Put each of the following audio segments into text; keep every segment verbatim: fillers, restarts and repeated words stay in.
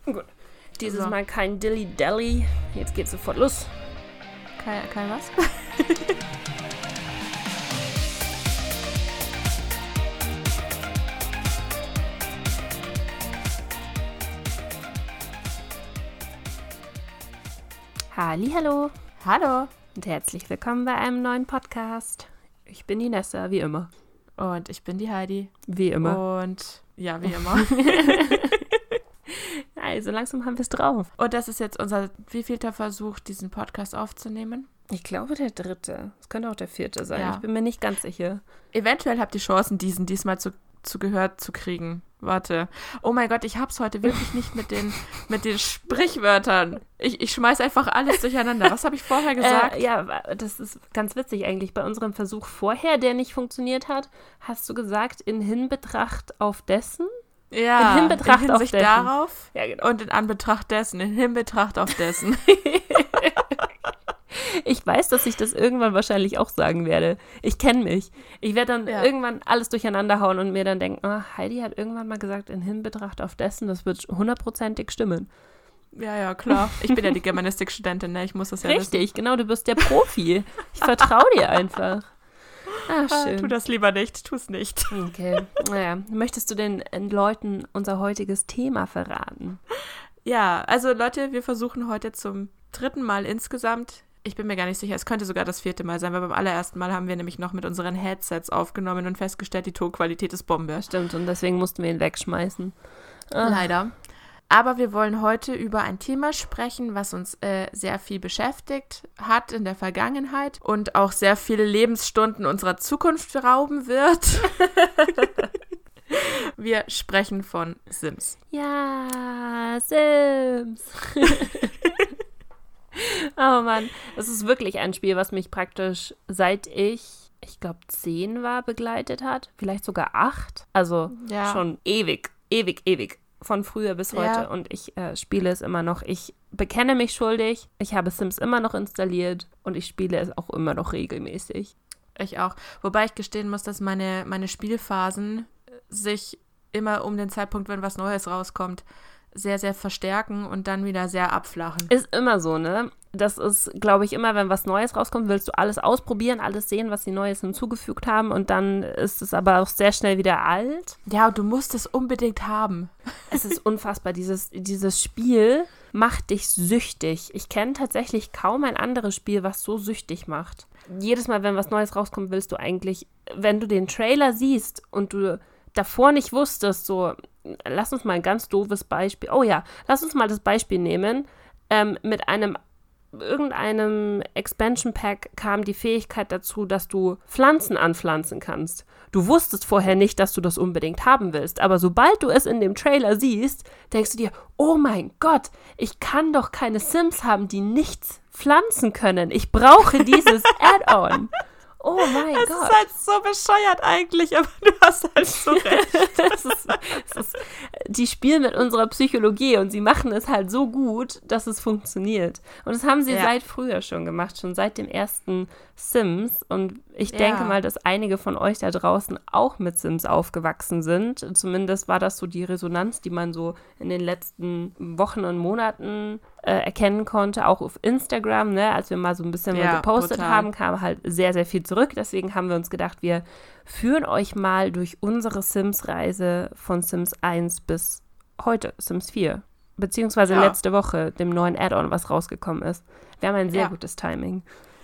Gut. Dieses So. Mal kein Dilly-Dally. Jetzt geht's sofort los. Kein, kein was? Hallihallo Hallo. und herzlich willkommen bei einem neuen Podcast. Ich bin die Nessa, wie immer. Und ich bin die Heidi. Wie immer. Und ja, wie immer. Also langsam haben wir es drauf. Und das ist jetzt unser wievielter Versuch, diesen Podcast aufzunehmen? Ich glaube der dritte. Es könnte auch der vierte sein. Ja. Ich bin mir nicht ganz sicher. Eventuell habt ihr Chancen, diesen diesmal zu, zu gehört zu kriegen. Warte. Oh mein Gott, ich hab's heute wirklich nicht mit den, mit den Sprichwörtern. Ich, ich schmeiß einfach alles durcheinander. Was habe ich vorher gesagt? Äh, ja, das ist ganz witzig eigentlich. Bei unserem Versuch vorher, der nicht funktioniert hat, hast du gesagt, in Hinbetracht auf dessen? Ja, in Hinbetracht in auf Hinsicht dessen. darauf Ja, genau. und in Anbetracht dessen, in Hinbetracht auf dessen. Ich weiß, dass ich das irgendwann wahrscheinlich auch sagen werde. Ich kenne mich. Ich werde dann Ja. irgendwann alles durcheinander hauen und mir dann denken, oh, Heidi hat irgendwann mal gesagt, in Hinbetracht auf dessen, das wird hundertprozentig stimmen. Ja, ja, klar. Ich bin ja die Germanistikstudentin, ne? Ich muss das ja wissen. Richtig, genau, du bist der Profi. Ich vertraue dir einfach. Ach, Ah, schön. tu das lieber nicht, tu es nicht. Okay, naja. Möchtest du den Leuten unser heutiges Thema verraten? Ja, also Leute, wir versuchen heute zum dritten Mal insgesamt, ich bin mir gar nicht sicher, es könnte sogar das vierte Mal sein, weil beim allerersten Mal haben wir nämlich noch mit unseren Headsets aufgenommen und festgestellt, die Tonqualität ist Bombe. Stimmt, und deswegen mussten wir ihn wegschmeißen. Ah. Leider. Aber wir wollen heute über ein Thema sprechen, was uns äh, sehr viel beschäftigt hat in der Vergangenheit und auch sehr viele Lebensstunden unserer Zukunft rauben wird. Wir sprechen von Sims. Ja, Sims. Oh Mann, das ist wirklich ein Spiel, was mich praktisch seit ich, ich glaube, zehn war, begleitet hat. Vielleicht sogar acht. Also Ja. schon ewig, ewig, ewig. Von früher bis heute. Ja. Und ich äh, spiele es immer noch. Ich bekenne mich schuldig. Ich habe Sims immer noch installiert. Und ich spiele es auch immer noch regelmäßig. Ich auch. Wobei ich gestehen muss, dass meine, meine Spielphasen sich immer um den Zeitpunkt, wenn was Neues rauskommt, sehr, sehr verstärken und dann wieder sehr abflachen. Ist immer so, ne? Das ist, glaube ich, immer, wenn was Neues rauskommt, willst du alles ausprobieren, alles sehen, was sie Neues hinzugefügt haben. Und dann ist es aber auch sehr schnell wieder alt. Ja, und du musst es unbedingt haben. Es ist unfassbar. Dieses, dieses Spiel macht dich süchtig. Ich kenne tatsächlich kaum ein anderes Spiel, was so süchtig macht. Jedes Mal, wenn was Neues rauskommt, willst du eigentlich, wenn du den Trailer siehst und du davor nicht wusstest, so, lass uns mal ein ganz doofes Beispiel, oh ja, lass uns mal das Beispiel nehmen, ähm, mit einem, irgendeinem Expansion Pack kam die Fähigkeit dazu, dass du Pflanzen anpflanzen kannst. Du wusstest vorher nicht, dass du das unbedingt haben willst, aber sobald du es in dem Trailer siehst, denkst du dir, oh mein Gott, ich kann doch keine Sims haben, die nichts pflanzen können. Ich brauche dieses Add-on. Oh mein Das Gott. ist halt so bescheuert eigentlich, aber du hast halt so recht. Das ist, das ist, die spielen mit unserer Psychologie und sie machen es halt so gut, dass es funktioniert. Und das haben sie Ja. seit früher schon gemacht, schon seit dem ersten Sims. Und ich Ja. denke mal, dass einige von euch da draußen auch mit Sims aufgewachsen sind. Zumindest war das so die Resonanz, die man so in den letzten Wochen und Monaten äh, erkennen konnte, auch auf Instagram, ne? Als wir mal so ein bisschen Ja, mal gepostet total. haben, kam halt sehr, sehr viel zurück. Deswegen haben wir uns gedacht, wir führen euch mal durch unsere Sims-Reise von Sims eins bis heute, Sims vier. Beziehungsweise Ja. letzte Woche, dem neuen Add-on, was rausgekommen ist. Wir haben ein sehr Ja. gutes Timing.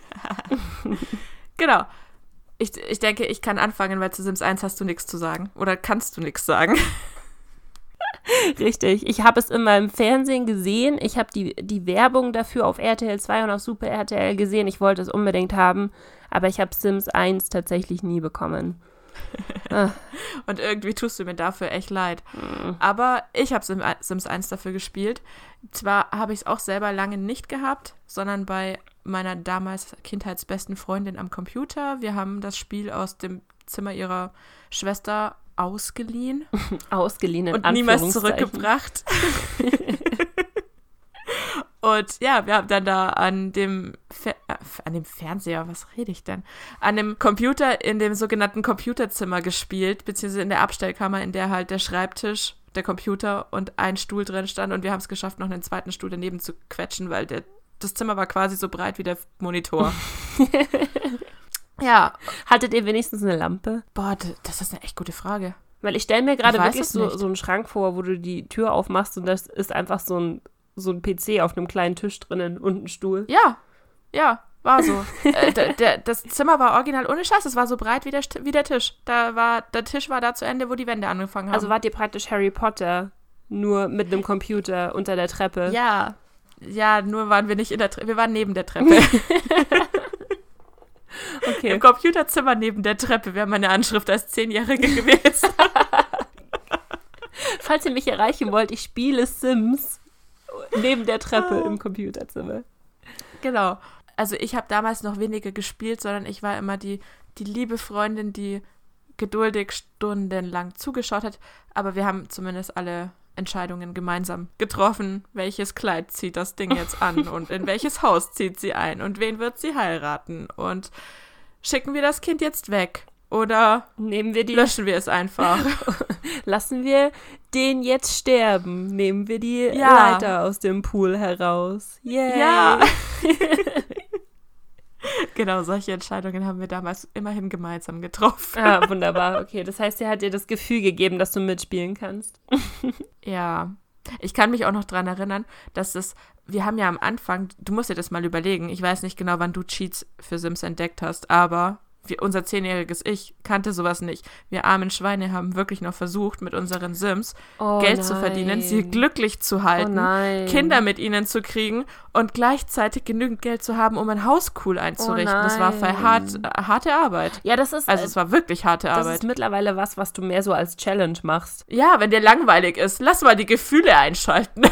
Genau. Ich, ich denke, ich kann anfangen, weil zu Sims eins hast du nichts zu sagen. Oder kannst du nichts sagen. Richtig. Ich habe es immer im Fernsehen gesehen. Ich habe die, die Werbung dafür auf R T L zwei und auf Super R T L gesehen. Ich wollte es unbedingt haben, aber ich habe Sims eins tatsächlich nie bekommen. Ah. Und irgendwie tust du mir dafür echt leid. Mhm. Aber ich habe Sim, Sims eins dafür gespielt. Zwar habe ich es auch selber lange nicht gehabt, sondern bei meiner damals kindheitsbesten Freundin am Computer. Wir haben das Spiel aus dem Zimmer ihrer Schwester ausgeliehen Ausgeliehen in und niemals Anführungszeichen. zurückgebracht. Und ja, wir haben dann da an dem, Fe- äh, an dem Fernseher, was rede ich denn? An dem Computer in dem sogenannten Computerzimmer gespielt, beziehungsweise in der Abstellkammer, in der halt der Schreibtisch der Computer und ein Stuhl drin stand und wir haben es geschafft, noch einen zweiten Stuhl daneben zu quetschen, weil der, das Zimmer war quasi so breit wie der Monitor. Ja. Hattet ihr wenigstens eine Lampe? Boah, das ist eine echt gute Frage. Weil ich stelle mir gerade Ich weiß wirklich es so, nicht. so einen Schrank vor, wo du die Tür aufmachst und das ist einfach so ein, so ein P C auf einem kleinen Tisch drinnen und ein Stuhl. Ja, ja, war so. äh, der, der, das Zimmer war original ohne Scheiß, es war so breit wie der, St- wie der Tisch. Da war, der Tisch war da zu Ende, wo die Wände angefangen haben. Also wart ihr praktisch Harry Potter, nur mit einem Computer unter der Treppe. Ja, ja, nur waren wir nicht in der Treppe, wir waren neben der Treppe. Okay. Im Computerzimmer neben der Treppe wäre meine Anschrift als Zehnjährige gewesen. Falls ihr mich erreichen wollt, ich spiele Sims neben der Treppe im Computerzimmer. Genau. Also ich habe damals noch weniger gespielt, sondern ich war immer die, die liebe Freundin, die geduldig stundenlang zugeschaut hat. Aber wir haben zumindest alle Entscheidungen gemeinsam getroffen. Welches Kleid zieht das Ding jetzt an und in welches Haus zieht sie ein und wen wird sie heiraten und schicken wir das Kind jetzt weg oder Nehmen wir die, löschen wir es einfach. lassen wir den jetzt sterben. Nehmen wir die Ja. Leiter aus dem Pool heraus. Yay. Ja. Genau, solche Entscheidungen haben wir damals immerhin gemeinsam getroffen. Ah, wunderbar. Okay, das heißt, er hat dir das Gefühl gegeben, dass du mitspielen kannst. Ja, ich kann mich auch noch dran erinnern, dass es, wir haben ja am Anfang, du musst dir das mal überlegen, ich weiß nicht genau, wann du Cheats für Sims entdeckt hast, aber wir, unser zehnjähriges Ich kannte sowas nicht. Wir armen Schweine haben wirklich noch versucht, mit unseren Sims Oh, Geld nein. zu verdienen, sie glücklich zu halten, Oh nein. Kinder mit ihnen zu kriegen und gleichzeitig genügend Geld zu haben, um ein Haus cool einzurichten. Oh das war voll nein. hart, äh, harte Arbeit. Ja, das ist, Also es war wirklich harte das Arbeit. ist mittlerweile was, was du mehr so als Challenge machst. Ja, wenn dir langweilig ist, lass mal die Gefühle einschalten.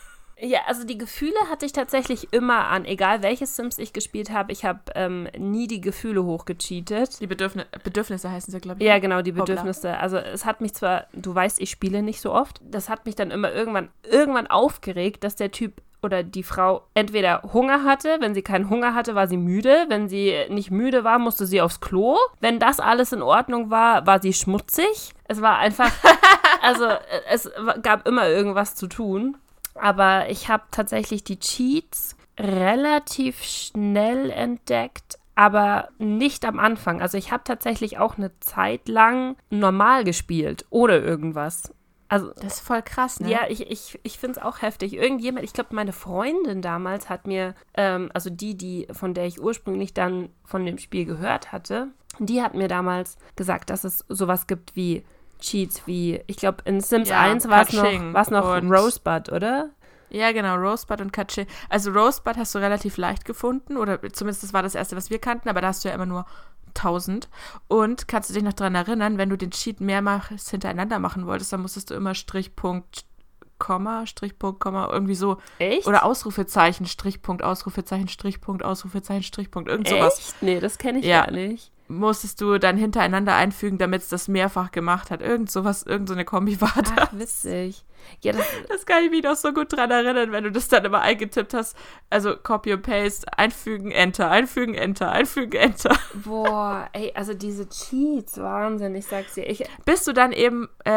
Ja, also die Gefühle hatte ich tatsächlich immer an, egal welches Sims ich gespielt habe. Ich habe ähm, nie die Gefühle hochgecheatet. Die Bedürfni- Bedürfnisse heißen sie, glaube ich. Ja, genau, die Hoppla. Bedürfnisse. Also es hat mich zwar, du weißt, ich spiele nicht so oft, das hat mich dann immer irgendwann, irgendwann aufgeregt, dass der Typ oder die Frau entweder Hunger hatte, wenn sie keinen Hunger hatte, war sie müde, wenn sie nicht müde war, musste sie aufs Klo. Wenn das alles in Ordnung war, war sie schmutzig. Es war einfach, also es gab immer irgendwas zu tun. Aber ich habe tatsächlich die Cheats relativ schnell entdeckt, aber nicht am Anfang. Also ich habe tatsächlich auch eine Zeit lang normal gespielt, ohne irgendwas. Also Das ist voll krass, ne? ja, ich, ich, ich finde es auch heftig. Irgendjemand, ich glaube, meine Freundin damals hat mir, ähm, also die, die, von der ich ursprünglich dann von dem Spiel gehört hatte, die hat mir damals gesagt, dass es sowas gibt wie Cheats, wie, ich glaube, in Sims Ja, eins war es noch, Ka-Ching war's noch und- Rosebud, oder? Ja, genau, Rosebud und Ka-Ching. Also Rosebud hast du relativ leicht gefunden, oder zumindest das war das erste, was wir kannten, aber da hast du ja immer nur tausend. Und kannst du dich noch dran erinnern, wenn du den Cheat mehrmals hintereinander machen wolltest, dann musstest du immer Strichpunkt, Komma, Strichpunkt, Komma, irgendwie so. Echt? Oder Ausrufezeichen, Strichpunkt, Ausrufezeichen, Strichpunkt, Ausrufezeichen, Strichpunkt, irgend sowas. Echt? Nee, das kenne ich Ja. gar nicht. Musstest du dann hintereinander einfügen, damit es das mehrfach gemacht hat. Irgend sowas, irgend so eine Kombi war da. Ach, witzig. Ja, das, Das kann ich mich noch so gut dran erinnern, wenn du das dann immer eingetippt hast. Also Copy und Paste, einfügen, Enter, einfügen, Enter, einfügen, Enter. boah, ey, also diese Cheats, Wahnsinn, ich sag's dir. Ich, Bis du dann eben, äh,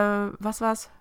was war's?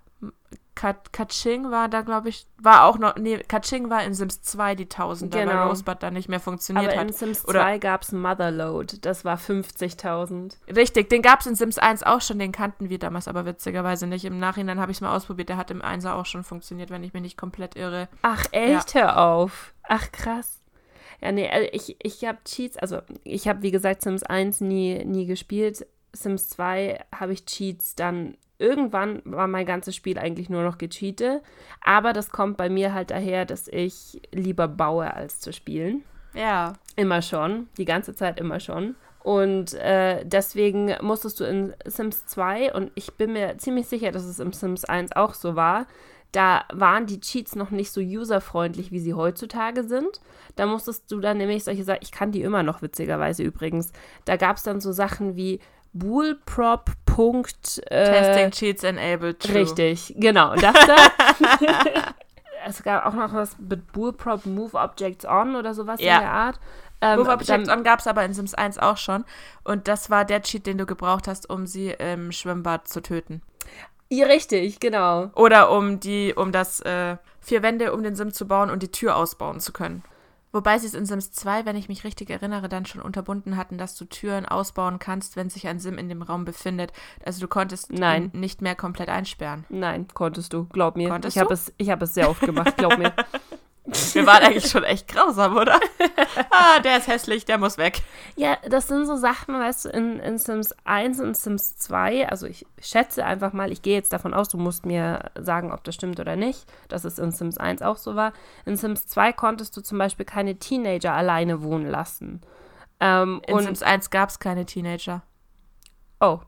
Ka- Ka-Ching war da, glaube ich, war auch noch, nee, Ka-Ching war in Sims zwei die Tausender, Genau. weil Rosebud dann nicht mehr funktioniert aber hat. in Sims Oder- zwei gab's Motherload, das war fünfzigtausend. Richtig, den gab es in Sims eins auch schon, den kannten wir damals aber witzigerweise nicht. Im Nachhinein habe ich es mal ausprobiert, der hat im Einser auch schon funktioniert, wenn ich mich nicht komplett irre. Ach, echt? Hör auf. Ach, krass. Ja, nee, also ich, ich habe Cheats, also ich habe, wie gesagt, Sims eins nie, nie gespielt. Sims zwei habe ich Cheats dann, irgendwann war mein ganzes Spiel eigentlich nur noch gecheatet. Aber das kommt bei mir halt daher, dass ich lieber baue, als zu spielen. Ja. Immer schon, die ganze Zeit immer schon. Und äh, deswegen musstest du in Sims zwei, und ich bin mir ziemlich sicher, dass es im Sims eins auch so war, da waren die Cheats noch nicht so userfreundlich, wie sie heutzutage sind. Da musstest du dann nämlich solche Sachen, ich kann die immer noch witzigerweise übrigens, da gab es dann so Sachen wie Boolprop. Äh, Testing Cheats enabled true. Richtig, genau. Das da. Es gab auch noch was mit Boolprop Move Objects On oder sowas Ja. in der Art. Ähm, Move Object dann- On gab es aber in Sims eins auch schon. Und das war der Cheat, den du gebraucht hast, um sie im Schwimmbad zu töten. Ja, richtig, genau. Oder um die, um das äh, vier Wände um den Sim zu bauen und die Tür ausbauen zu können. Wobei sie es in Sims zwei, wenn ich mich richtig erinnere, dann schon unterbunden hatten, dass du Türen ausbauen kannst, wenn sich ein Sim in dem Raum befindet. Also du konntest Nein. ihn nicht mehr komplett einsperren. Nein, konntest du, glaub mir. Konntest ich habe du? es, ich hab es sehr oft gemacht, glaub mir. Wir waren eigentlich schon echt grausam, oder? Ah, der ist hässlich, der muss weg. Ja, das sind so Sachen, weißt du, in, in Sims eins und Sims zwei, also ich schätze einfach mal, ich gehe jetzt davon aus, du musst mir sagen, ob das stimmt oder nicht, dass es in Sims eins auch so war. In Sims zwei konntest du zum Beispiel keine Teenager alleine wohnen lassen. Ähm, In und, Sims eins gab es keine Teenager. oh,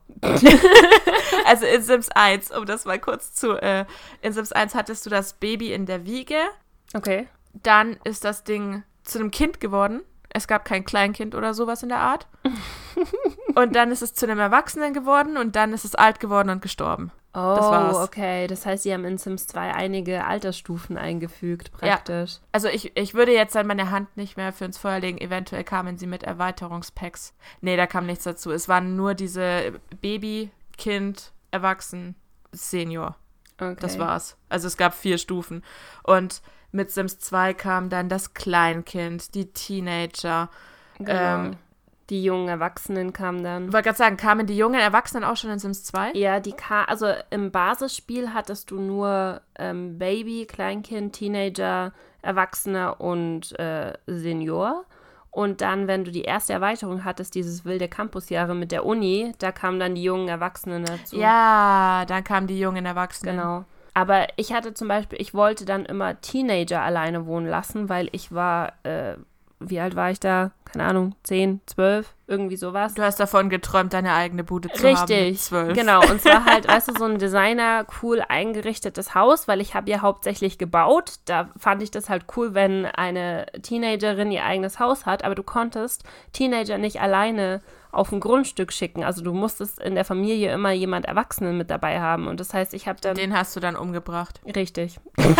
Also in Sims eins, um das mal kurz zu... Äh, in Sims eins hattest du das Baby in der Wiege. okay. Dann ist das Ding zu einem Kind geworden. Es gab kein Kleinkind oder sowas in der Art. Und dann ist es zu einem Erwachsenen geworden und dann ist es alt geworden und gestorben. Oh, Das war's. okay. Das heißt, sie haben in Sims zwei einige Altersstufen eingefügt, praktisch. Also ich, ich würde jetzt dann meine Hand nicht mehr für ins Feuer legen. Eventuell kamen sie mit Erweiterungspacks. Nee, da kam nichts dazu. Es waren nur diese Baby, Kind, Erwachsen, Senior. Okay. Das war's. Also es gab vier Stufen. Und mit Sims zwei kam dann das Kleinkind, die Teenager. Genau. Ähm, Die jungen Erwachsenen kamen dann. Ich wollte gerade sagen, kamen die jungen Erwachsenen auch schon in Sims zwei? Ja, die ka- also im Basisspiel hattest du nur ähm, Baby, Kleinkind, Teenager, Erwachsener und äh, Senior. Und dann, wenn du die erste Erweiterung hattest, dieses wilde Campusjahre mit der Uni, da kamen dann die jungen Erwachsenen dazu. Ja, dann kamen die jungen Erwachsenen. Genau. Aber ich hatte zum Beispiel, ich wollte dann immer Teenager alleine wohnen lassen, weil ich war, äh, wie alt war ich da? Keine Ahnung, zehn, zwölf, irgendwie sowas. Du hast davon geträumt, deine eigene Bude zu haben. Richtig, Zwölf. genau. Und zwar halt, weißt du, so ein Designer cool eingerichtetes Haus, weil ich habe ja hauptsächlich gebaut. Da fand ich das halt cool, wenn eine Teenagerin ihr eigenes Haus hat, aber du konntest Teenager nicht alleine auf ein Grundstück schicken. Also du musstest in der Familie immer jemand Erwachsenen mit dabei haben. Und das heißt, ich habe dann... Den hast du dann umgebracht. Richtig.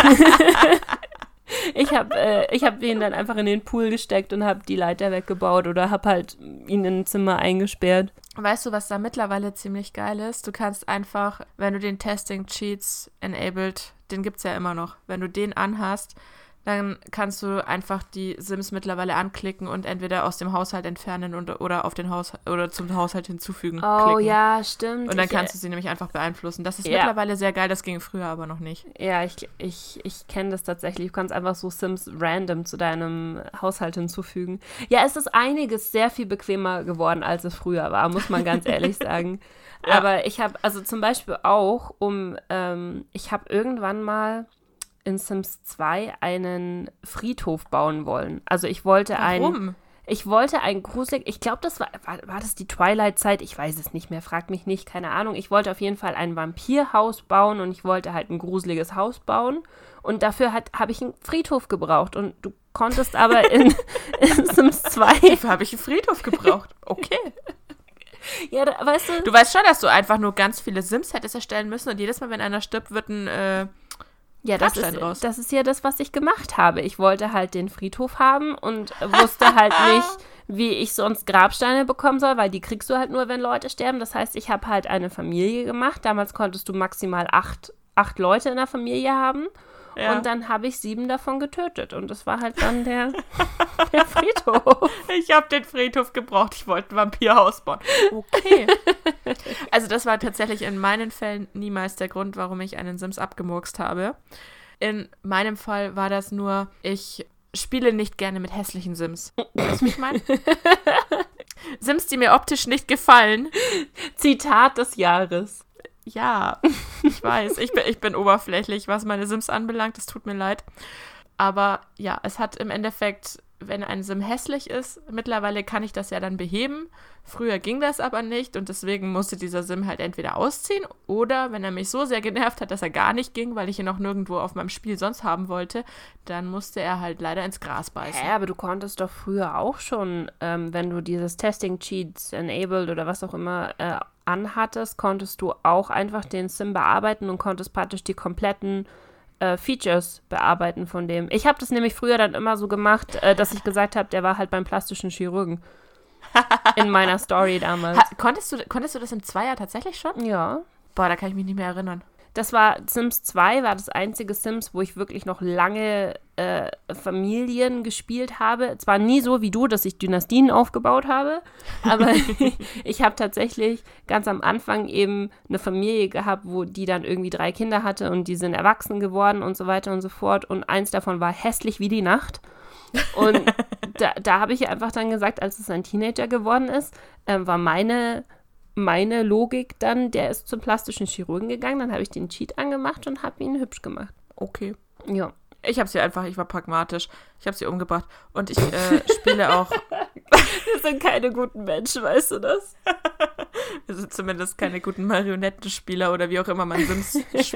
Ich habe äh, ich hab ihn dann einfach in den Pool gesteckt und habe die Leiter weggebaut oder habe halt ihn in ein Zimmer eingesperrt. Weißt du, was da mittlerweile ziemlich geil ist? Du kannst einfach, wenn du den Testing Cheats enabled, den gibt's ja immer noch, wenn du den anhast, dann kannst du einfach die Sims mittlerweile anklicken und entweder aus dem Haushalt entfernen und, oder auf den Haus oder zum Haushalt hinzufügen. Oh klicken. ja, stimmt. Und dann ich, kannst du sie nämlich einfach beeinflussen. Das ist Ja. mittlerweile sehr geil, das ging früher aber noch nicht. Ja, ich, ich, ich kenne das tatsächlich. Du kannst einfach so Sims random zu deinem Haushalt hinzufügen. Ja, es ist einiges sehr viel bequemer geworden, als es früher war, muss man ganz ehrlich sagen. Ja. Aber ich habe, also zum Beispiel auch, um, ähm, ich habe irgendwann mal in Sims zwei einen Friedhof bauen wollen. Also ich wollte ein... Warum? Ich wollte ein gruselig, ich glaube, das war, war, war das die Twilight-Zeit? Ich weiß es nicht mehr, frag mich nicht, keine Ahnung. Ich wollte auf jeden Fall ein Vampirhaus bauen und ich wollte halt ein gruseliges Haus bauen. Und dafür habe ich einen Friedhof gebraucht. Und du konntest aber in, in Sims zwei... Dafür habe ich einen Friedhof gebraucht. Okay. Ja, da, weißt du... Du weißt schon, dass du einfach nur ganz viele Sims hättest erstellen müssen und jedes Mal, wenn einer stirbt, wird ein... Äh, Ja, das Grabstein ist, raus. das ist ja das, was ich gemacht habe. Ich wollte halt den Friedhof haben und wusste halt nicht, wie ich sonst Grabsteine bekommen soll, weil die kriegst du halt nur, wenn Leute sterben. Das heißt, ich habe halt eine Familie gemacht. Damals konntest du maximal acht, acht Leute in der Familie haben. Ja. Und dann habe ich sieben davon getötet. Und das war halt dann der, der Friedhof. Ich habe den Friedhof gebraucht. Ich wollte ein Vampirhaus bauen. Okay. Also das war tatsächlich in meinen Fällen niemals der Grund, warum ich einen Sims abgemurkst habe. In meinem Fall war das nur, ich spiele nicht gerne mit hässlichen Sims. Weißt du, wie ich meine? Sims, die mir optisch nicht gefallen. Zitat des Jahres. Ja, ich weiß. Ich bin, ich bin oberflächlich, was meine Sims anbelangt. Es tut mir leid. Aber ja, es hat im Endeffekt, wenn ein Sim hässlich ist, mittlerweile kann ich das ja dann beheben. Früher ging das aber nicht und deswegen musste dieser Sim halt entweder ausziehen oder, wenn er mich so sehr genervt hat, dass er gar nicht ging, weil ich ihn auch nirgendwo auf meinem Spiel sonst haben wollte, dann musste er halt leider ins Gras beißen. Hä, aber du konntest doch früher auch schon, ähm, wenn du dieses Testing Cheats enabled oder was auch immer äh, anhattest, konntest du auch einfach den Sim bearbeiten und konntest praktisch die kompletten äh, Features bearbeiten von dem. Ich habe das nämlich früher dann immer so gemacht, äh, dass ich gesagt habe, der war halt beim plastischen Chirurgen. In meiner Story damals. Ha, konntest, du, konntest du das im Zweier tatsächlich schon? Ja. Boah, da kann ich mich nicht mehr erinnern. das war Sims zwei, war das einzige Sims, wo ich wirklich noch lange äh, Familien gespielt habe. Zwar nie so wie du, dass ich Dynastien aufgebaut habe, aber ich habe tatsächlich ganz am Anfang eben eine Familie gehabt, wo die dann irgendwie drei Kinder hatte und die sind erwachsen geworden und so weiter und so fort. Und eins davon war hässlich wie die Nacht. Und da, da habe ich einfach dann gesagt, als es ein Teenager geworden ist, äh, war meine... meine Logik dann, der ist zum plastischen Chirurgen gegangen, dann habe ich den Cheat angemacht und habe ihn hübsch gemacht. Okay. Ja. Ich habe sie einfach, ich war pragmatisch, ich habe sie umgebracht und ich äh, spiele auch... Wir sind keine guten Menschen, weißt du das? Wir sind zumindest keine guten Marionettenspieler oder wie auch immer man Sims,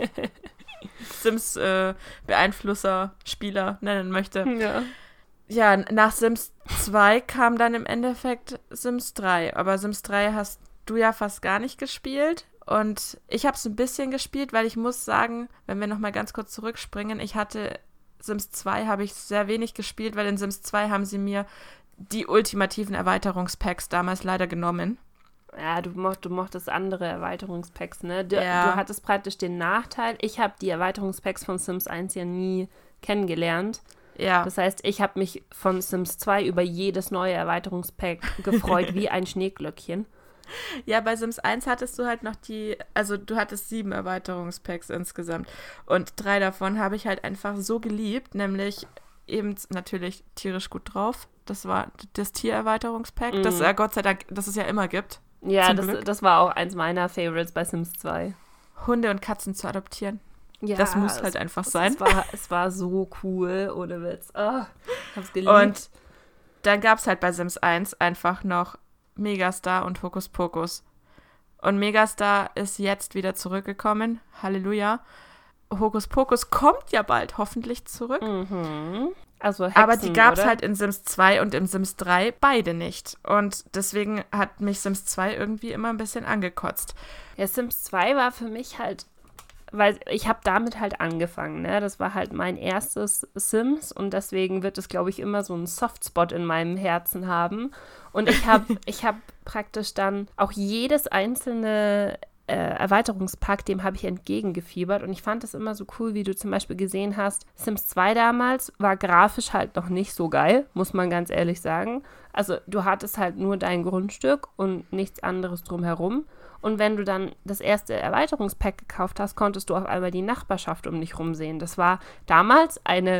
Sims äh, Beeinflusser, Spieler nennen möchte. Ja. Ja, nach Sims zwei kam dann im Endeffekt Sims drei, aber Sims drei hast du ja fast gar nicht gespielt und ich habe es ein bisschen gespielt, weil ich muss sagen, wenn wir nochmal ganz kurz zurückspringen, ich hatte Sims zwei habe ich sehr wenig gespielt, weil in Sims zwei haben sie mir die ultimativen Erweiterungspacks damals leider genommen. Ja, du, mocht, du mochtest andere Erweiterungspacks, ne? Du, Ja. du hattest praktisch den Nachteil, ich habe die Erweiterungspacks von Sims eins ja nie kennengelernt. Ja. Das heißt, ich habe mich von Sims zwei über jedes neue Erweiterungspack gefreut, wie ein Schneeglöckchen. Ja, bei Sims eins hattest du halt noch die, also du hattest sieben Erweiterungspacks insgesamt und drei davon habe ich halt einfach so geliebt, nämlich eben natürlich tierisch gut drauf. Das war das Tiererweiterungspack, Mhm. das es ja Gott sei Dank, das es ja immer gibt. Ja, Zum das, Glück. das war auch eins meiner Favorites bei Sims zwei. Hunde und Katzen zu adoptieren. Ja, Das muss halt es, einfach es, sein. Es war, es war so cool, ohne Witz. Oh, ich hab's geliebt. Und dann gab es halt bei Sims eins einfach noch Megastar und Hokus Pokus. Und Megastar ist jetzt wieder zurückgekommen. Halleluja. Hokus Pokus kommt ja bald hoffentlich zurück. Mhm. Also Hexen, Aber die gab es oder? halt in Sims zwei und im Sims drei beide nicht. Und deswegen hat mich Sims zwei irgendwie immer ein bisschen angekotzt. Ja, Sims zwei war für mich halt, weil ich habe damit halt angefangen, ne? Das war halt mein erstes Sims und deswegen wird es, glaube ich, immer so einen Softspot in meinem Herzen haben. Und ich habe ich hab praktisch dann auch jedes einzelne äh, Erweiterungspack, dem habe ich entgegengefiebert und ich fand das immer so cool, wie du zum Beispiel gesehen hast, Sims zwei damals war grafisch halt noch nicht so geil, muss man ganz ehrlich sagen. Also du hattest halt nur dein Grundstück und nichts anderes drumherum. Und wenn du dann das erste Erweiterungspack gekauft hast, konntest du auf einmal die Nachbarschaft um dich rumsehen. Das war damals eine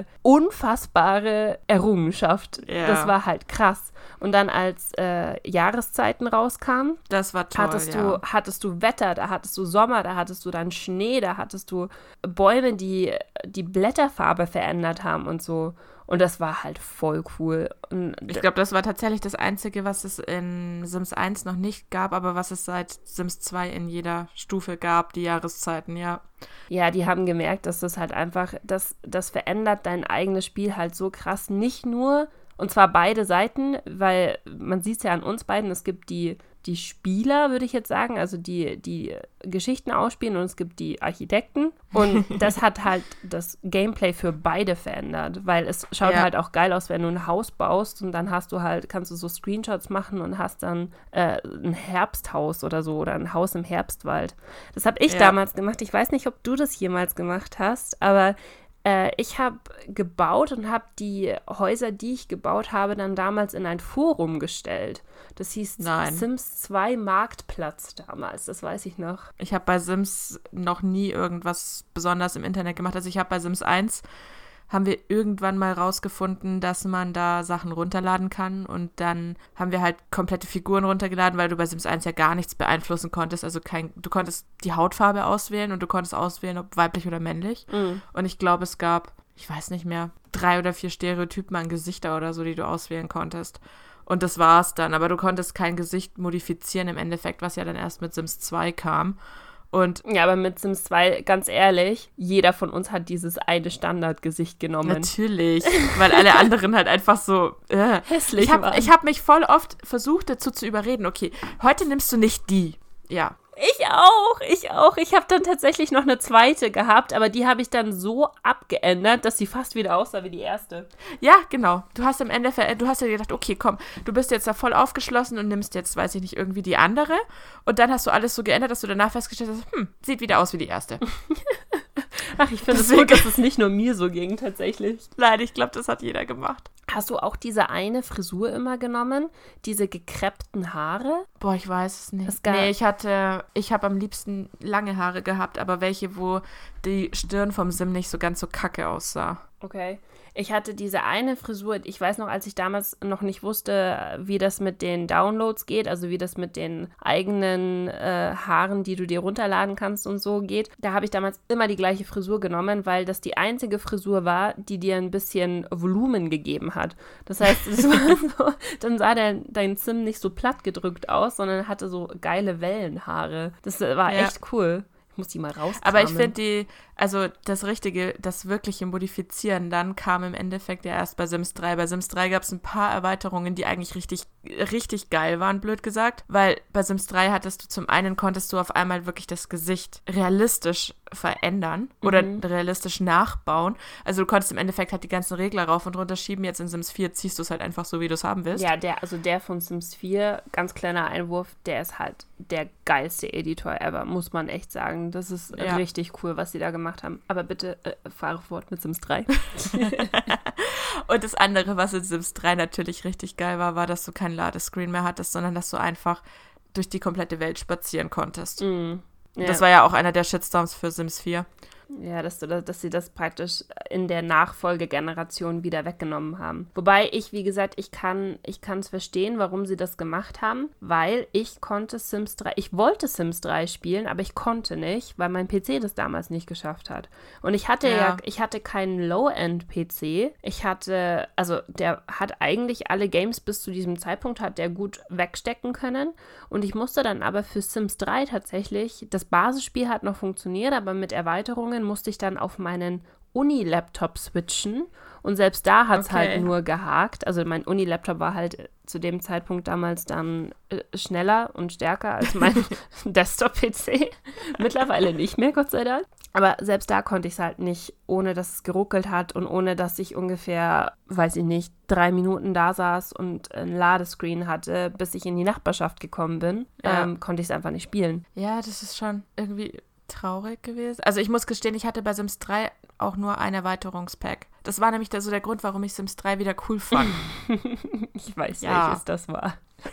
unfassbare Errungenschaft. Ja. Das war halt krass. Und dann als äh, Jahreszeiten rauskamen, Das war toll, hattest, ja. du, hattest du Wetter, da hattest du Sommer, da hattest du dann Schnee, da hattest du Bäume, die die Blätterfarbe verändert haben und so. Und das war halt voll cool. Und Ich glaube, das war tatsächlich das Einzige, was es in Sims eins noch nicht gab, aber was es seit Sims zwei in jeder Stufe gab, die Jahreszeiten, ja. ja, die haben gemerkt, dass das halt einfach, das, das verändert dein eigenes Spiel halt so krass. Nicht nur, und zwar beide Seiten, weil man sieht es ja an uns beiden, es gibt die, die Spieler, würde ich jetzt sagen, also die, die Geschichten ausspielen und es gibt die Architekten. Und das hat halt das Gameplay für beide verändert, weil es schaut Ja. halt auch geil aus, wenn du ein Haus baust und dann hast du halt, kannst du so Screenshots machen und hast dann äh, ein Herbsthaus oder so oder ein Haus im Herbstwald. Das habe ich Ja. damals gemacht. Ich weiß nicht, ob du das jemals gemacht hast, aber äh, ich habe gebaut und habe die Häuser, die ich gebaut habe, dann damals in ein Forum gestellt. Das hieß Nein. Sims zwei Marktplatz damals, das weiß ich noch. Ich habe bei Sims noch nie irgendwas besonders im Internet gemacht. Also ich habe bei Sims eins, haben wir irgendwann mal rausgefunden, dass man da Sachen runterladen kann und dann haben wir halt komplette Figuren runtergeladen, weil du bei Sims eins ja gar nichts beeinflussen konntest. Also kein, du konntest die Hautfarbe auswählen und du konntest auswählen, ob weiblich oder männlich. Mhm. Und ich glaube, es gab, ich weiß nicht mehr, drei oder vier Stereotypen an Gesichter oder so, die du auswählen konntest. Und das war's dann. Aber du konntest kein Gesicht modifizieren im Endeffekt, was ja dann erst mit Sims zwei kam. Und Ja, aber mit Sims zwei, ganz ehrlich, jeder von uns hat dieses eine Standardgesicht genommen. natürlich, weil alle anderen halt einfach so äh. Hässlich Ich habe waren. ich hab mich voll oft versucht, dazu zu überreden, okay, heute nimmst du nicht die. Ja, Ich auch, ich auch. Ich habe dann tatsächlich noch eine zweite gehabt, aber die habe ich dann so abgeändert, dass sie fast wieder aussah wie die erste. Ja, genau. Du hast im Endeffekt, du hast ja gedacht, okay, komm, du bist jetzt da voll aufgeschlossen und nimmst jetzt, weiß ich nicht, irgendwie die andere. Und dann hast du alles so geändert, dass du danach festgestellt hast, hm, sieht wieder aus wie die erste. Ach, ich finde es gut, dass es nicht nur mir so ging, tatsächlich. Nein, ich glaube, das hat jeder gemacht. Hast du auch diese eine Frisur immer genommen? Diese gekreppten Haare? Boah, ich weiß es nicht. Es gab- nee, ich hatte, ich habe am liebsten lange Haare gehabt, aber welche, wo die Stirn vom Sim nicht so ganz so kacke aussah. Okay. Ich hatte diese eine Frisur, ich weiß noch, als ich damals noch nicht wusste, wie das mit den Downloads geht, also wie das mit den eigenen äh, Haaren, die du dir runterladen kannst und so geht. Da habe ich damals immer die gleiche Frisur genommen, weil das die einzige Frisur war, die dir ein bisschen Volumen gegeben hat. Das heißt, es war so, dann sah der, dein Sim nicht so platt gedrückt aus, sondern hatte so geile Wellenhaare. Das war Ja. echt cool. Ich muss die mal rauskramen. Aber ich finde die, also das Richtige, das wirkliche Modifizieren, dann kam im Endeffekt ja erst bei Sims drei. Bei Sims drei gab es ein paar Erweiterungen, die eigentlich richtig, richtig geil waren, blöd gesagt. Weil bei Sims drei hattest du zum einen, konntest du auf einmal wirklich das Gesicht realistisch verändern oder Mhm. realistisch nachbauen. Also du konntest im Endeffekt halt die ganzen Regler rauf und runter schieben. Jetzt in Sims vier ziehst du es halt einfach so, wie du es haben willst. Ja, der, also der von Sims vier, ganz kleiner Einwurf, der ist halt der geilste Editor ever, muss man echt sagen. Das ist Ja. richtig cool, was sie da gemacht haben. Aber bitte, äh, fahre fort mit Sims drei. Und das andere, was in Sims drei natürlich richtig geil war, war, dass du kein Ladescreen mehr hattest, sondern dass du einfach durch die komplette Welt spazieren konntest. Mhm. Ja. Das war ja auch einer der Shitstorms für Sims vier. Ja, dass, du, dass sie das praktisch in der Nachfolgegeneration wieder weggenommen haben. Wobei ich, wie gesagt, ich kann ich kann es verstehen, warum sie das gemacht haben, weil ich konnte Sims drei, ich wollte Sims drei spielen, aber ich konnte nicht, weil mein P C das damals nicht geschafft hat. Und ich hatte ja, Ja. ich hatte keinen Low-End-P C. Ich hatte, also der hat eigentlich alle Games bis zu diesem Zeitpunkt hat der gut wegstecken können. Und ich musste dann aber für Sims drei tatsächlich, das Basisspiel hat noch funktioniert, aber mit Erweiterungen musste ich dann auf meinen Uni-Laptop switchen und selbst da hat es Okay. halt nur gehakt. Also mein Uni-Laptop war halt äh, zu dem Zeitpunkt damals dann äh, schneller und stärker als mein Desktop-P C. Mittlerweile nicht mehr, Gott sei Dank. Aber selbst da konnte ich es halt nicht, ohne dass es geruckelt hat und ohne dass ich ungefähr, weiß ich nicht, drei Minuten da saß und ein Ladescreen hatte, bis ich in die Nachbarschaft gekommen bin, Ja. ähm, konnte ich es einfach nicht spielen. Ja, das ist schon irgendwie traurig gewesen. Also ich muss gestehen, ich hatte bei Sims drei auch nur ein Erweiterungspack. Das war nämlich der, so der Grund, warum ich Sims drei wieder cool fand. Ich weiß, Ja. welches das war.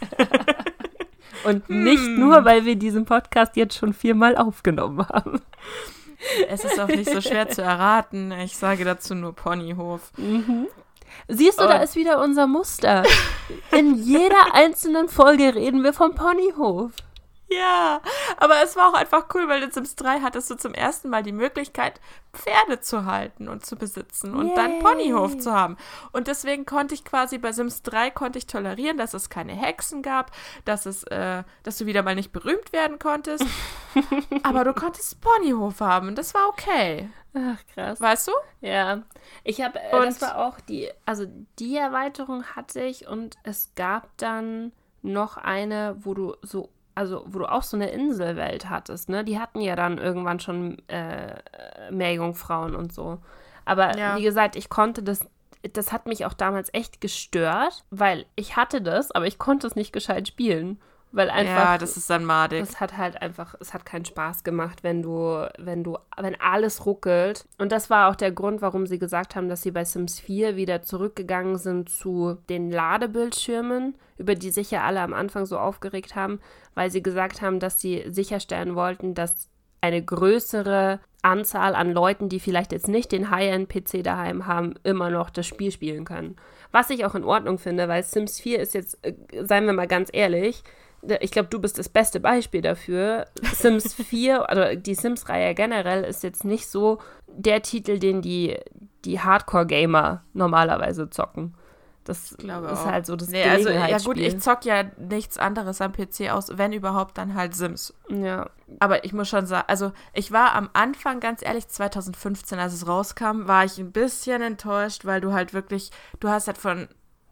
Und nicht nur, weil wir diesen Podcast jetzt schon viermal aufgenommen haben. Es ist auch nicht so schwer zu erraten. Ich sage dazu nur Ponyhof. Siehst du, da Und- ist wieder unser Muster. In jeder einzelnen Folge reden wir vom Ponyhof. Ja, aber es war auch einfach cool, weil in Sims drei hattest du zum ersten Mal die Möglichkeit, Pferde zu halten und zu besitzen und dann Yay. Ponyhof zu haben. Und deswegen konnte ich quasi bei Sims drei konnte ich tolerieren, dass es keine Hexen gab, dass es, äh, dass du wieder mal nicht berühmt werden konntest. Aber du konntest Ponyhof haben und das war okay. Ach, krass. Weißt du? Ja, ich habe, äh, Und- das war auch die, also die Erweiterung hatte ich und es gab dann noch eine, wo du so, also wo du auch so eine Inselwelt hattest, ne? Die hatten ja dann irgendwann schon äh, Meerjungfrauen und so. Aber Ja. wie gesagt, ich konnte das, das hat mich auch damals echt gestört, weil ich hatte das, aber ich konnte es nicht gescheit spielen. Weil einfach, Ja, das ist dann madig. es hat halt einfach, es hat keinen Spaß gemacht, wenn du, wenn du, wenn alles ruckelt. Und das war auch der Grund, warum sie gesagt haben, dass sie bei Sims vier wieder zurückgegangen sind zu den Ladebildschirmen, über die sich ja alle am Anfang so aufgeregt haben, weil sie gesagt haben, dass sie sicherstellen wollten, dass eine größere Anzahl an Leuten, die vielleicht jetzt nicht den High-End-P C daheim haben, immer noch das Spiel spielen können. Was ich auch in Ordnung finde, weil Sims vier ist jetzt, äh, seien wir mal ganz ehrlich, ich glaube, du bist das beste Beispiel dafür. Sims vier, also die Sims-Reihe generell, ist jetzt nicht so der Titel, den die, die Hardcore-Gamer normalerweise zocken. Das glaube ist auch. halt so das Nee, also ja Gelegenheitsspiel. gut, ich zock ja nichts anderes am P C aus, wenn überhaupt dann halt Sims. Ja, Aber ich muss schon sagen, also ich war am Anfang, ganz ehrlich, zwanzig fünfzehn, als es rauskam, war ich ein bisschen enttäuscht, weil du halt wirklich, du hast halt von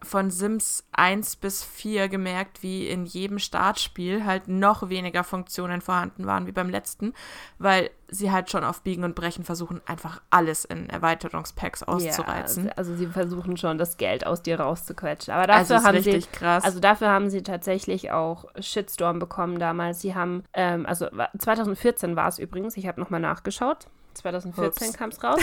von Sims eins bis vier gemerkt, wie in jedem Startspiel halt noch weniger Funktionen vorhanden waren wie beim letzten, weil sie halt schon auf Biegen und Brechen versuchen, einfach alles in Erweiterungspacks auszureizen. Ja, also sie versuchen schon, das Geld aus dir rauszuquetschen. Aber dafür also haben richtig sie, krass. Also dafür haben sie tatsächlich auch Shitstorm bekommen damals. Sie haben, ähm, also zwanzig vierzehn war es übrigens, ich habe nochmal nachgeschaut. zwanzig vierzehn kam es raus.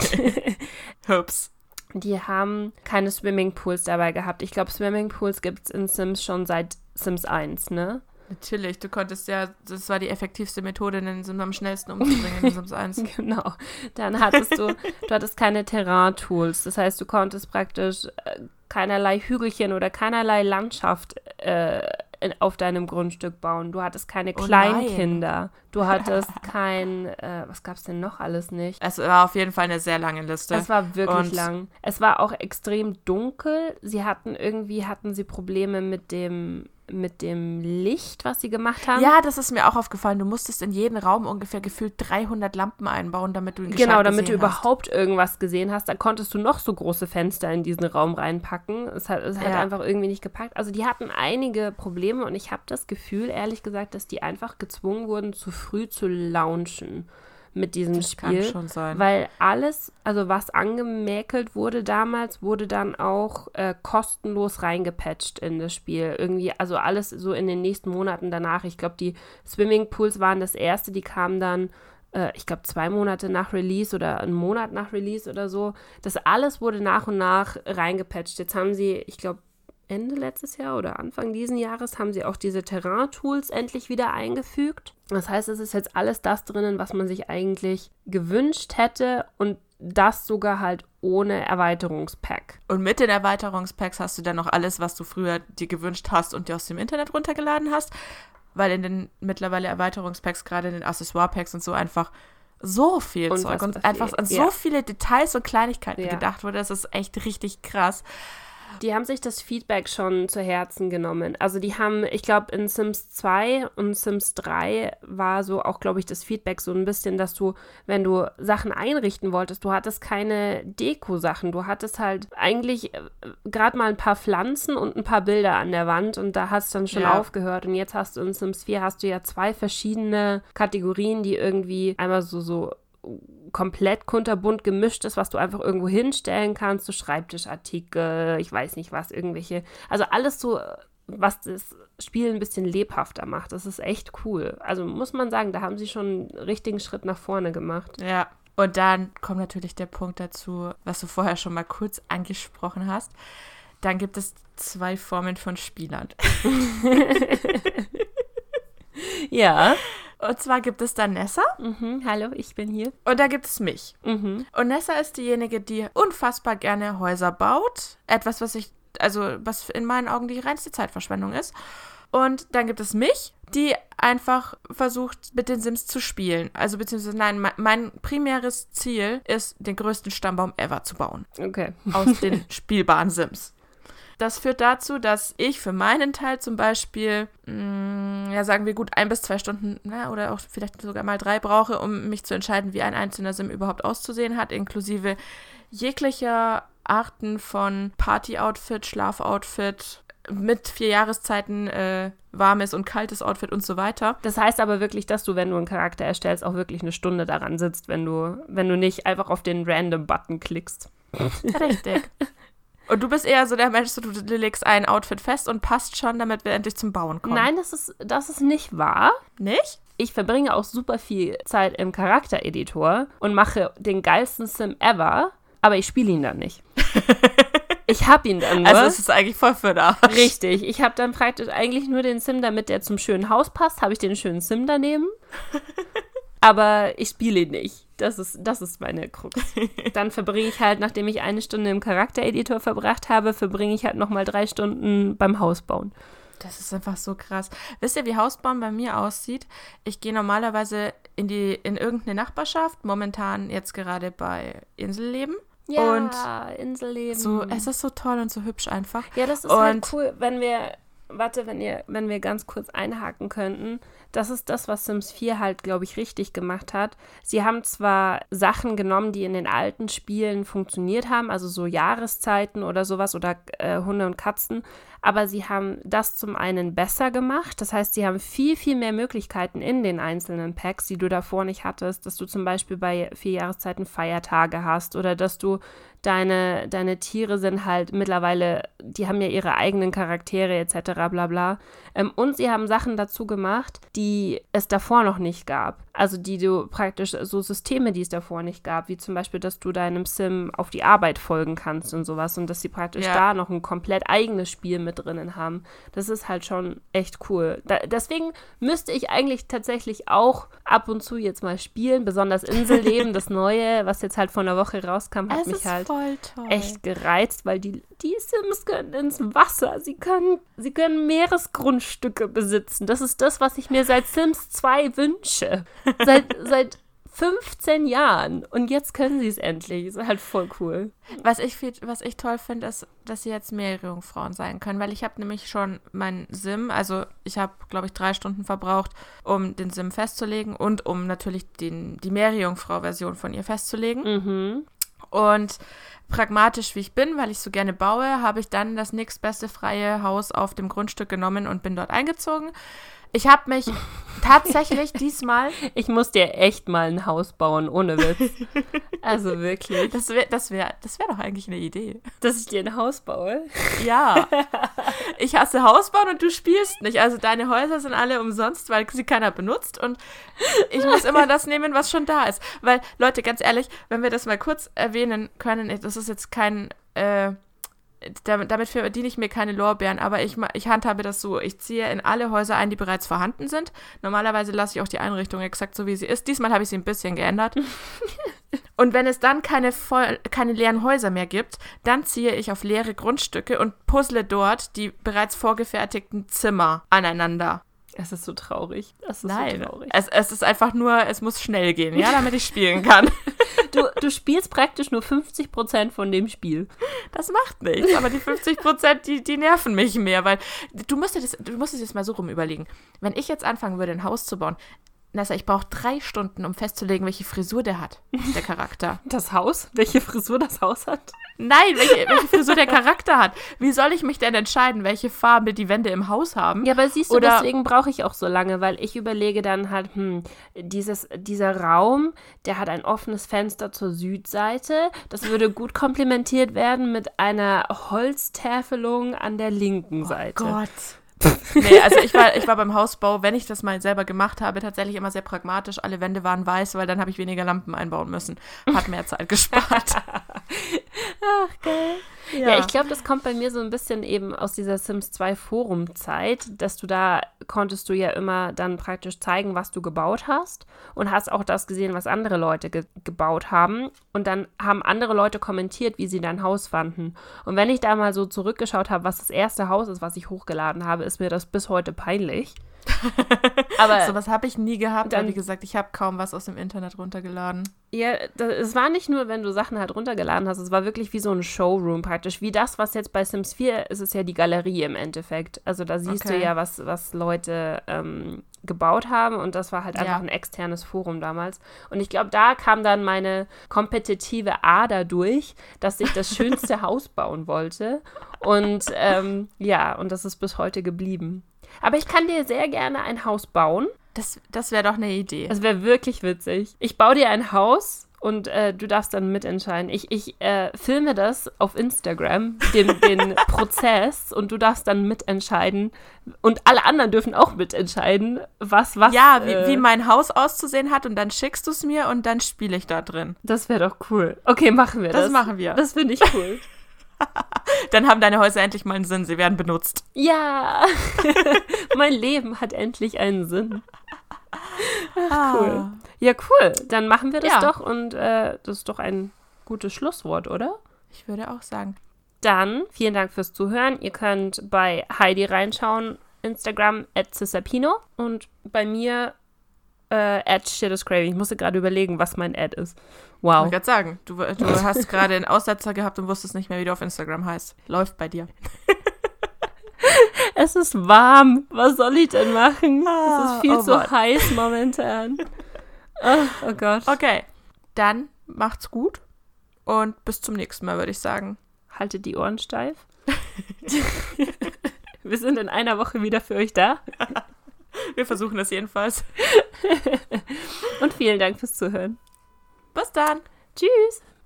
Hups. Die haben keine Swimmingpools dabei gehabt. Ich glaube, Swimmingpools gibt es in Sims schon seit Sims eins, ne? Natürlich, du konntest ja, das war die effektivste Methode, den Sim am schnellsten umzubringen in Sims eins. Genau. Dann hattest du, du hattest keine Terrain-Tools. Das heißt, du konntest praktisch äh, keinerlei Hügelchen oder keinerlei Landschaft äh, in, auf deinem Grundstück bauen. Du hattest keine Oh Kleinkinder. Nein. Du hattest kein, äh, was gab's denn noch alles nicht? Es war auf jeden Fall eine sehr lange Liste. Es war wirklich Und lang. Es war auch extrem dunkel. Sie hatten irgendwie, hatten sie Probleme mit dem mit dem Licht, was sie gemacht haben. Ja, das ist mir auch aufgefallen. Du musstest in jeden Raum ungefähr gefühlt dreihundert Lampen einbauen, damit du ihn gescheit Genau, damit du gesehen hast. überhaupt irgendwas gesehen hast. Da konntest du noch so große Fenster in diesen Raum reinpacken. Es hat, es hat Ja. einfach irgendwie nicht gepackt. Also die hatten einige Probleme und ich habe das Gefühl, ehrlich gesagt, dass die einfach gezwungen wurden, zu früh zu launchen mit diesem Das Spiel. kann schon sein. Weil alles, also was angemäkelt wurde damals, wurde dann auch äh, kostenlos reingepatcht in das Spiel. Irgendwie, also alles so in den nächsten Monaten danach. Ich glaube, die Swimmingpools waren das erste, die kamen dann, äh, ich glaube, zwei Monate nach Release oder einen Monat nach Release oder so. Das alles wurde nach und nach reingepatcht. Jetzt haben sie, ich glaube, Ende letztes Jahr oder Anfang diesen Jahres haben sie auch diese Terrain-Tools endlich wieder eingefügt. Das heißt, es ist jetzt alles das drinnen, was man sich eigentlich gewünscht hätte und das sogar halt ohne Erweiterungspack. Und mit den Erweiterungspacks hast du dann noch alles, was du früher dir gewünscht hast und dir aus dem Internet runtergeladen hast, weil in den mittlerweile Erweiterungspacks, gerade in den Accessoire-Packs und so einfach so viel Und Zeug was und passiert. einfach an Ja. so viele Details und Kleinigkeiten Ja. gedacht wurde. Das ist echt richtig krass. Die haben sich das Feedback schon zu Herzen genommen. Also die haben, ich glaube, in Sims zwei und Sims drei war so auch, glaube ich, das Feedback so ein bisschen, dass du, wenn du Sachen einrichten wolltest, du hattest keine Deko-Sachen. Du hattest halt eigentlich äh, gerade mal ein paar Pflanzen und ein paar Bilder an der Wand und da hast du dann schon Ja. aufgehört. Und jetzt hast du in Sims vier hast du ja zwei verschiedene Kategorien, die irgendwie einmal so, so komplett kunterbunt gemischt ist, was du einfach irgendwo hinstellen kannst, so Schreibtischartikel, ich weiß nicht was, irgendwelche, also alles so, was das Spiel ein bisschen lebhafter macht. Das ist echt cool. Also muss man sagen, da haben sie schon einen richtigen Schritt nach vorne gemacht. Ja. Und dann kommt natürlich der Punkt dazu, was du vorher schon mal kurz angesprochen hast. Dann gibt es zwei Formen von Spielern. Ja. Und zwar gibt es da Nessa Mhm, hallo, ich bin hier. und da gibt es mich. Mhm. Und Nessa ist diejenige, die unfassbar gerne Häuser baut. Etwas, was ich, also was in meinen Augen die reinste Zeitverschwendung ist. Und dann gibt es mich, die einfach versucht, mit den Sims zu spielen. Also beziehungsweise, nein, mein, mein primäres Ziel ist, den größten Stammbaum ever zu bauen. Okay. Aus den spielbaren Sims. Das führt dazu, dass ich für meinen Teil zum Beispiel, mh, ja sagen wir gut, ein bis zwei Stunden na, oder auch vielleicht sogar mal drei brauche, um mich zu entscheiden, wie ein einzelner Sim überhaupt auszusehen hat, inklusive jeglicher Arten von Party-Outfit, Schlaf-Outfit, mit vier Jahreszeiten äh, warmes und kaltes Outfit und so weiter. Das heißt aber wirklich, dass du, wenn du einen Charakter erstellst, auch wirklich eine Stunde daran sitzt, wenn du, wenn du nicht einfach auf den Random-Button klickst. Richtig. Und du bist eher so der Mensch, so, du legst ein Outfit fest und passt schon, damit wir endlich zum Bauen kommen. Nein, das ist, das ist nicht wahr. Nicht? Ich verbringe auch super viel Zeit im Charaktereditor und mache den geilsten Sim ever, aber ich spiele ihn dann nicht. Ich hab ihn dann nur. Also es ist eigentlich voll für den Arsch. Richtig, ich habe dann praktisch eigentlich nur den Sim, damit der zum schönen Haus passt, habe ich den schönen Sim daneben. Aber ich spiele ihn nicht. Das ist, das ist meine Krux. Dann verbringe ich halt, nachdem ich eine Stunde im Charaktereditor verbracht habe, verbringe ich halt nochmal drei Stunden beim Hausbauen. Das ist einfach so krass. Wisst ihr, wie Hausbauen bei mir aussieht? Ich gehe normalerweise in die in irgendeine Nachbarschaft, momentan jetzt gerade bei Inselleben. Ja, und Inselleben. so, es ist so toll und so hübsch einfach. Ja, das ist und halt cool, wenn wir warte, wenn ihr, wenn wir ganz kurz einhaken könnten, das ist das, was Sims vier halt, glaube ich, richtig gemacht hat. Sie haben zwar Sachen genommen, die in den alten Spielen funktioniert haben, also so Jahreszeiten oder sowas oder äh, Hunde und Katzen, aber sie haben das zum einen besser gemacht. Das heißt, sie haben viel, viel mehr Möglichkeiten in den einzelnen Packs, die du davor nicht hattest, dass du zum Beispiel bei vier Jahreszeiten Feiertage hast oder dass du deine, deine Tiere sind halt mittlerweile, die haben ja ihre eigenen Charaktere et cetera bla bla. Ähm, und sie haben Sachen dazu gemacht, die es davor noch nicht gab. Also die du praktisch, so Systeme, die es davor nicht gab, wie zum Beispiel, dass du deinem Sim auf die Arbeit folgen kannst und sowas und dass sie praktisch Ja. da noch ein komplett eigenes Spiel mit drinnen haben. Das ist halt schon echt cool. Da, deswegen müsste ich eigentlich tatsächlich auch ab und zu jetzt mal spielen, besonders Inselleben, das Neue, was jetzt halt vor einer Woche rauskam, hat Es mich ist halt voll toll. echt gereizt, weil die, die Sims können ins Wasser, sie können, sie können Meeresgrundstücke besitzen. Das ist das, was ich mir seit Sims zwei wünsche. Seit, seit fünfzehn Jahren. Und jetzt können sie es endlich. Ist halt voll cool. Was ich, viel, was ich toll finde, ist, dass sie jetzt Meerjungfrauen sein können, weil ich habe nämlich schon meinen Sim, also ich habe, glaube ich, drei Stunden verbraucht, um den Sim festzulegen und um natürlich den, die Meerjungfrau-Version von ihr festzulegen. Mhm. Und pragmatisch wie ich bin, weil ich so gerne baue, habe ich dann das nächstbeste freie Haus auf dem Grundstück genommen und bin dort eingezogen. Ich habe mich tatsächlich diesmal... Ich muss dir echt mal ein Haus bauen, ohne Witz. Also wirklich. Das wäre das wär, das wär doch eigentlich eine Idee. Dass ich dir ein Haus baue? Ja. Ich hasse Hausbauen und du spielst nicht. Also deine Häuser sind alle umsonst, weil sie keiner benutzt und ich muss immer das nehmen, was schon da ist. Weil, Leute, ganz ehrlich, wenn wir das mal kurz erwähnen können, das ist jetzt kein... Äh, Damit, damit verdiene ich mir keine Lorbeeren, aber ich, ich handhabe das so. Ich ziehe in alle Häuser ein, die bereits vorhanden sind. Normalerweise lasse ich auch die Einrichtung exakt so, wie sie ist. Diesmal habe ich sie ein bisschen geändert. Und wenn es dann keine, voll, keine leeren Häuser mehr gibt, dann ziehe ich auf leere Grundstücke und puzzle dort die bereits vorgefertigten Zimmer aneinander. Es ist so traurig. Es ist Nein, so traurig. es, es ist einfach nur, es muss schnell gehen, ja, damit ich spielen kann. Du, du spielst praktisch nur fünfzig Prozent von dem Spiel. Das macht nichts, aber die fünfzig Prozent, die, die nerven mich mehr, weil du musst, dir das, du musst es jetzt mal so rum überlegen. Wenn ich jetzt anfangen würde, ein Haus zu bauen, Nessa, ich brauche drei Stunden, um festzulegen, welche Frisur der hat, der Charakter. Das Haus? Welche Frisur das Haus hat? Nein, welche, welche Frisur der Charakter hat. Wie soll ich mich denn entscheiden, welche Farbe die Wände im Haus haben? Ja, aber siehst du, Oder deswegen brauche ich auch so lange, weil ich überlege dann halt, hm, dieses, dieser Raum, der hat ein offenes Fenster zur Südseite. Das würde gut komplementiert werden mit einer Holztäfelung an der linken Seite. Oh Gott. Nee, also ich war, ich war beim Hausbau, wenn ich das mal selber gemacht habe, tatsächlich immer sehr pragmatisch. Alle Wände waren weiß, weil dann habe ich weniger Lampen einbauen müssen. Hat mehr Zeit gespart. Ach, geil. Ja, ja ich glaube, das kommt bei mir so ein bisschen eben aus dieser Sims zwei Forum-Zeit, dass du da konntest du ja immer dann praktisch zeigen, was du gebaut hast und hast auch das gesehen, was andere Leute ge- gebaut haben und dann haben andere Leute kommentiert, wie sie dein Haus fanden. Und wenn ich da mal so zurückgeschaut habe, was das erste Haus ist, was ich hochgeladen habe, ist mir das bis heute peinlich. Aber sowas habe ich nie gehabt, dann, weil wie gesagt, ich habe kaum was aus dem Internet runtergeladen. Ja, das, es war nicht nur, wenn du Sachen halt runtergeladen hast, es war wirklich wie so ein Showroom praktisch. Wie das, was jetzt bei Sims vier ist, ist ja die Galerie im Endeffekt. Also da siehst okay. du ja, was, was Leute ähm, gebaut haben und das war halt einfach ja. ein externes Forum damals. Und ich glaube, da kam dann meine kompetitive Ader durch, dass ich das schönste Haus bauen wollte. Und ähm, ja, und das ist bis heute geblieben. Aber ich kann dir sehr gerne ein Haus bauen. Das, das wäre doch eine Idee. Das wäre wirklich witzig. Ich baue dir ein Haus und äh, du darfst dann mitentscheiden. Ich, ich äh, filme das auf Instagram, den, den Prozess, und du darfst dann mitentscheiden. Und alle anderen dürfen auch mitentscheiden, was, was. Ja, wie, äh, wie mein Haus auszusehen hat und dann schickst du es mir und dann spiele ich da drin. Das wäre doch cool. Okay, machen wir das. Das machen wir. Das finde ich cool. Dann haben deine Häuser endlich mal einen Sinn, sie werden benutzt. Ja, mein Leben hat endlich einen Sinn. Ach, cool. Ah. Ja, cool. Dann machen wir das Ja. doch und äh, das ist doch ein gutes Schlusswort, oder? Ich würde auch sagen. Dann vielen Dank fürs Zuhören. Ihr könnt bei Heidi reinschauen, Instagram at Cisapino und bei mir äh, at shitiscraving. Ich musste gerade überlegen, was mein Ad ist. Ich Wow. wollte gerade sagen, du, du hast gerade einen Aussetzer gehabt und wusstest nicht mehr, wie du auf Instagram heißt. Läuft bei dir. Es ist warm. Was soll ich denn machen? Ah, es ist viel oh zu Mann. heiß momentan. Oh, oh Gott. Okay, dann macht's gut und bis zum nächsten Mal, würde ich sagen. Haltet die Ohren steif. Wir sind in einer Woche wieder für euch da. Wir versuchen das jedenfalls. Und vielen Dank fürs Zuhören. Bis dann. Tschüss.